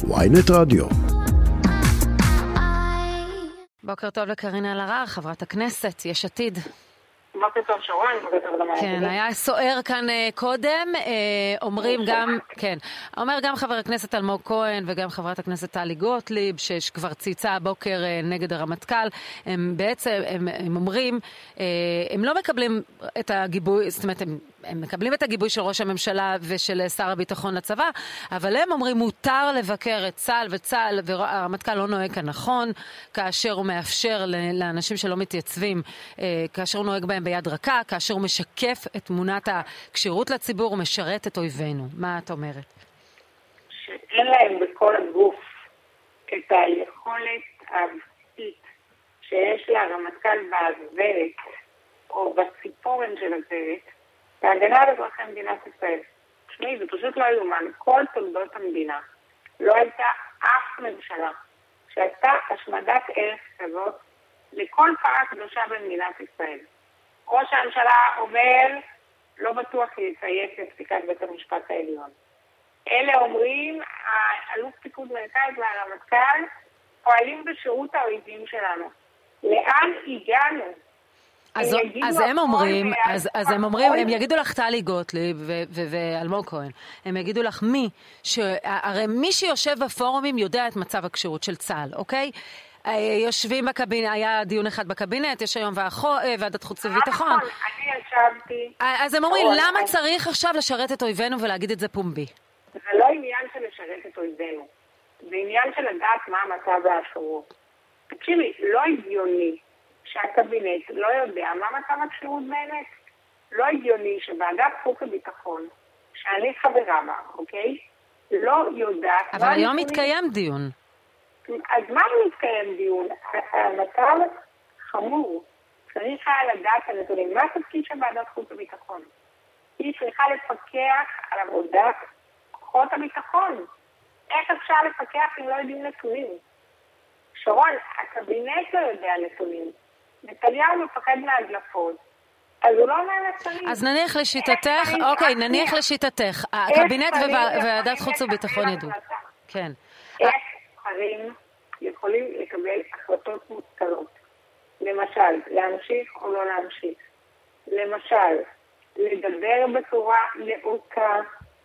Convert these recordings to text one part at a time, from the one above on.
ynet רדיו. בוקר טוב לקרינה אלהרר, חברת הכנסת, יש עתיד. בוקר טוב שרון, בוקר טוב למעט. כן, היה סוער כאן קודם, אומרים גם, כן, אומר גם חבר הכנסת אלמוג כהן וגם חברת הכנסת טלי גוטליב, שכבר צייצה הבוקר נגד הרמטכ"ל, הם בעצם, הם אומרים, הם לא מקבלים את הגיבוי, זאת אומרת, הם מקבלים את הגיבוי של ראש הממשלה ושל שר הביטחון לצבא, אבל הם אומרים מותר לבקר את צה"ל וצה"ל, והרמטכ"ל לא נוהג כנכון, כאשר הוא מאפשר לאנשים שלא מתייצבים, כאשר הוא נוהג בהם ביד רכה, כאשר הוא משקף את תמונת הקשירות לציבור, הוא משרת את אויבינו. מה את אומרת? שאין להם בכל הגוף את היכולת הבסיסית שיש לרמטכ"ל בעזרת, או בציפורן של הזרת, והגנה על אזרחי מדינת ישראל. שמי, זה פשוט לא יאומן. כל תולדות המדינה לא הייתה אף ממשלה שעשתה השמדת ערך כזאת לכל פרה קדושה במדינת ישראל. ראש הממשלה אומר, לא בטוח יציית לפסיקת בית המשפט העליון. אלה אומרים, האלוף פיקוד מרכז והרמטכ"ל פועלים בשירות האויבים שלנו. לאן הגענו? אז הם אומרים, הם יגידו לך טלי גוטליב ואלמוג כהן, הם יגידו לך הרי מי שיושב בפורומים יודע את מצב הקשירות של צה"ל, אוקיי? יושבים בקבינט, היה דיון אחד בקבינט, יש היום ועדת חוץ וביטחון. אני ישבתי. אז הם אומרים, למה צריך עכשיו לשרת את אויבינו ולהגיד את זה פומבי? זה לא עניין של לשרת את אויבינו, זה עניין של לדעת מה המצב האפשרות. תקשיבי, לא הגיוני שהקבינט לא יודע מה מצב הקשירות באמת. לא הגיוני שוועדת חוץ וביטחון, שאני חברה בה, אוקיי? לא יודעת... אבל היום מתקיים דיון. אז מה אם מתקיים דיון? המצב חמור. צריך היה לדעת הנתונים. מה התפקיד של ועדת חוץ וביטחון? היא צריכה לפקח על עבודת כוחות הביטחון. איך אפשר לפקח אם לא יודעים נתונים? שרון, הקבינט לא יודע נתונים. נתניהו מפחד מהדלפות. אז הוא לא אומר נתונים. אז נניח לשיטתך, אוקיי, נניח לשיטתך. הקבינט וועדת חוץ וביטחון ידעו. כן. איך שרים יכולים לקבל החלטות מושכלות? למשל, להמשיך או לא להמשיך. למשל, לדבר בצורה נאותה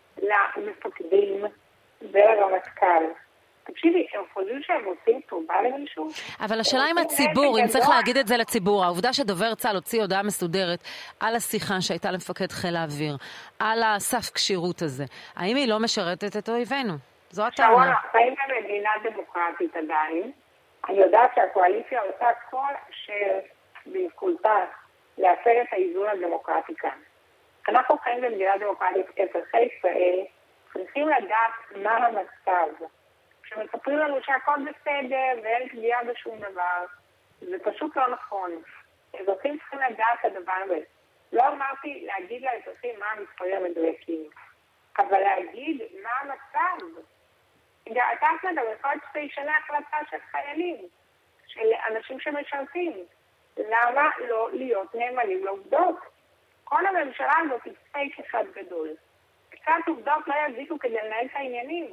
למפקדים ולרמטכ"ל. תקשיבי, הם חושבים שהם עושים טובה למישהו? אבל השאלה עם הציבור, אם צריך להגיד את זה לציבור, העובדה שדובר צה"ל הוציא הודעה מסודרת על השיחה שהייתה למפקד חיל האוויר, על הסף קשירות הזה, האם היא לא משרתת את אויבינו? זו הטענה. שרון, חיים במדינה דמוקרטית עדיין. אני יודעת שהקואליציה עושה כל אשר ביכולתה להפר את האיזון הדמוקרטי כאן. אנחנו חיים במדינה דמוקרטית, אזרחי ישראל צריכים לדעת מה המצב. כשמספרים לנו שהכל בסדר ואין פגיעה בשום דבר, זה פשוט לא נכון. אזרחים צריכים לדעת את הדבר הזה. לא אמרתי להגיד לאזרחים מה המספרים המדויקים, אבל להגיד מה המצב. אתה מדבר כל שנה החלטה של חיילים, של אנשים שמשרתים. למה לא להיות נאמנים לעובדות? כל הממשלה הזאת היא פייק אחד גדול. קצת עובדות לא יזיקו כדי לנהל את העניינים.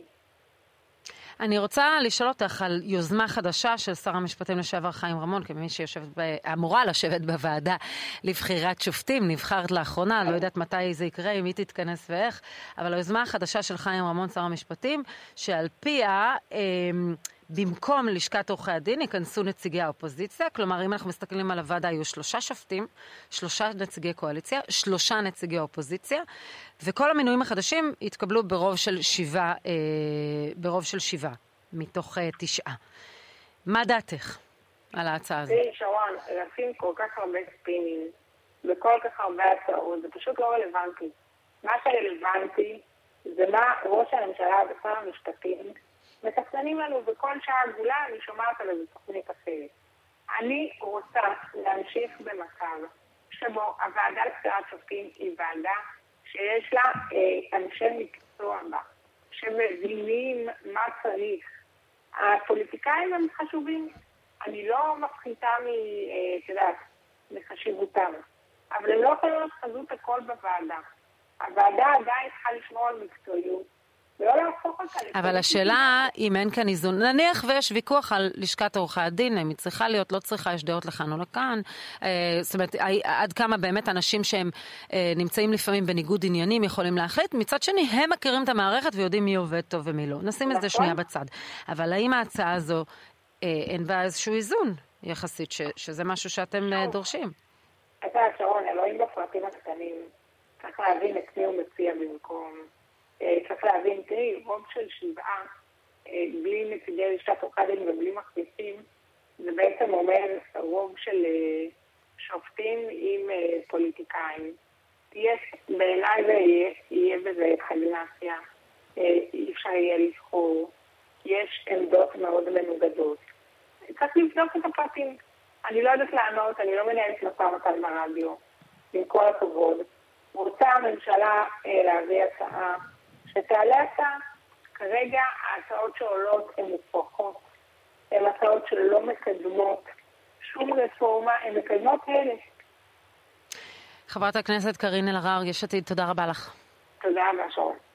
אני רוצה לשאול אותך על יוזמה חדשה של שר המשפטים לשעבר חיים רמון, כמי שאמורה לשבת בוועדה לבחירת שופטים, נבחרת לאחרונה, לא יודעת מתי זה יקרה, אם היא תתכנס ואיך, אבל היוזמה החדשה של חיים רמון, שר המשפטים, שעל פיה במקום לשכת עורכי הדין ייכנסו נציגי האופוזיציה, כלומר אם אנחנו מסתכלים על הוועדה יהיו 3 שופטים, 3 נציגי קואליציה, 3 נציגי האופוזיציה, וכל המינויים החדשים יתקבלו ברוב של 7 מתוך 9. מה דעתך על ההצעה הזאת? שרון, לשים כל כך הרבה ספינים וכל כך הרבה הצעות, זה פשוט לא רלוונטי. מה שרלוונטי זה מה ראש הממשלה ושר המשפטים מתכננים לנו בכל שעה עגולה. אני שומעת על איזה תוכנית אחרת. אני רוצה להמשיך במצב שבו הוועדה לבחירת שופטים היא ועדה שיש לה אנשי מקצוע בה, שמבינים מה צריך. הפוליטיקאים הם חשובים. אני לא מפחיתה מחשיבותם, אבל הם לא יכולים לחזות הכל בוועדה. הוועדה עדיין צריכה לשמור על מקצועיות, ולא להפוך אותה. אבל השאלה, אם אין כאן איזון, נניח ויש ויכוח על לשכת עורכי הדין, אם היא צריכה להיות, לא צריכה, יש דעות לכאן או לכאן, זאת אומרת, עד כמה באמת אנשים שהם נמצאים לפעמים בניגוד עניינים יכולים להחליט, מצד שני, הם מכירים את המערכת ויודעים מי עובד טוב ומי לא. נשים את זה שנייה בצד. אבל האם ההצעה הזו, אין בה איזשהו איזון יחסית, שזה משהו שאתם דורשים? אתה, שרון, אלוהים בפרטים הקטנים, צריך להבין את מי הוא מציע במקום. צריך להבין, תראי, רוב של 7, בלי נציגי לשכת עורכי הדין ובלי מחליפים, זה בעצם אומר רוב של שופטים עם פוליטיקאים. בעיניי יהיה בזה חגנציה, אי אפשר יהיה לבחור, יש עמדות מאוד מנוגדות. צריך לבדוק את הפרטים. אני לא יודעת לענות, אני לא מנהלת משא ומתן ברדיו, עם כל הכבוד. רוצה הממשלה להביא הצעה שתעלה הצעה. כרגע ההצעות שעולות הן מופרכות, הן הצעות שלא מקדמות שום רפורמה, הן מקדמות אלה. חברת הכנסת קארין אלהרר, יש עתיד, תודה רבה לך. תודה רבה, שרון.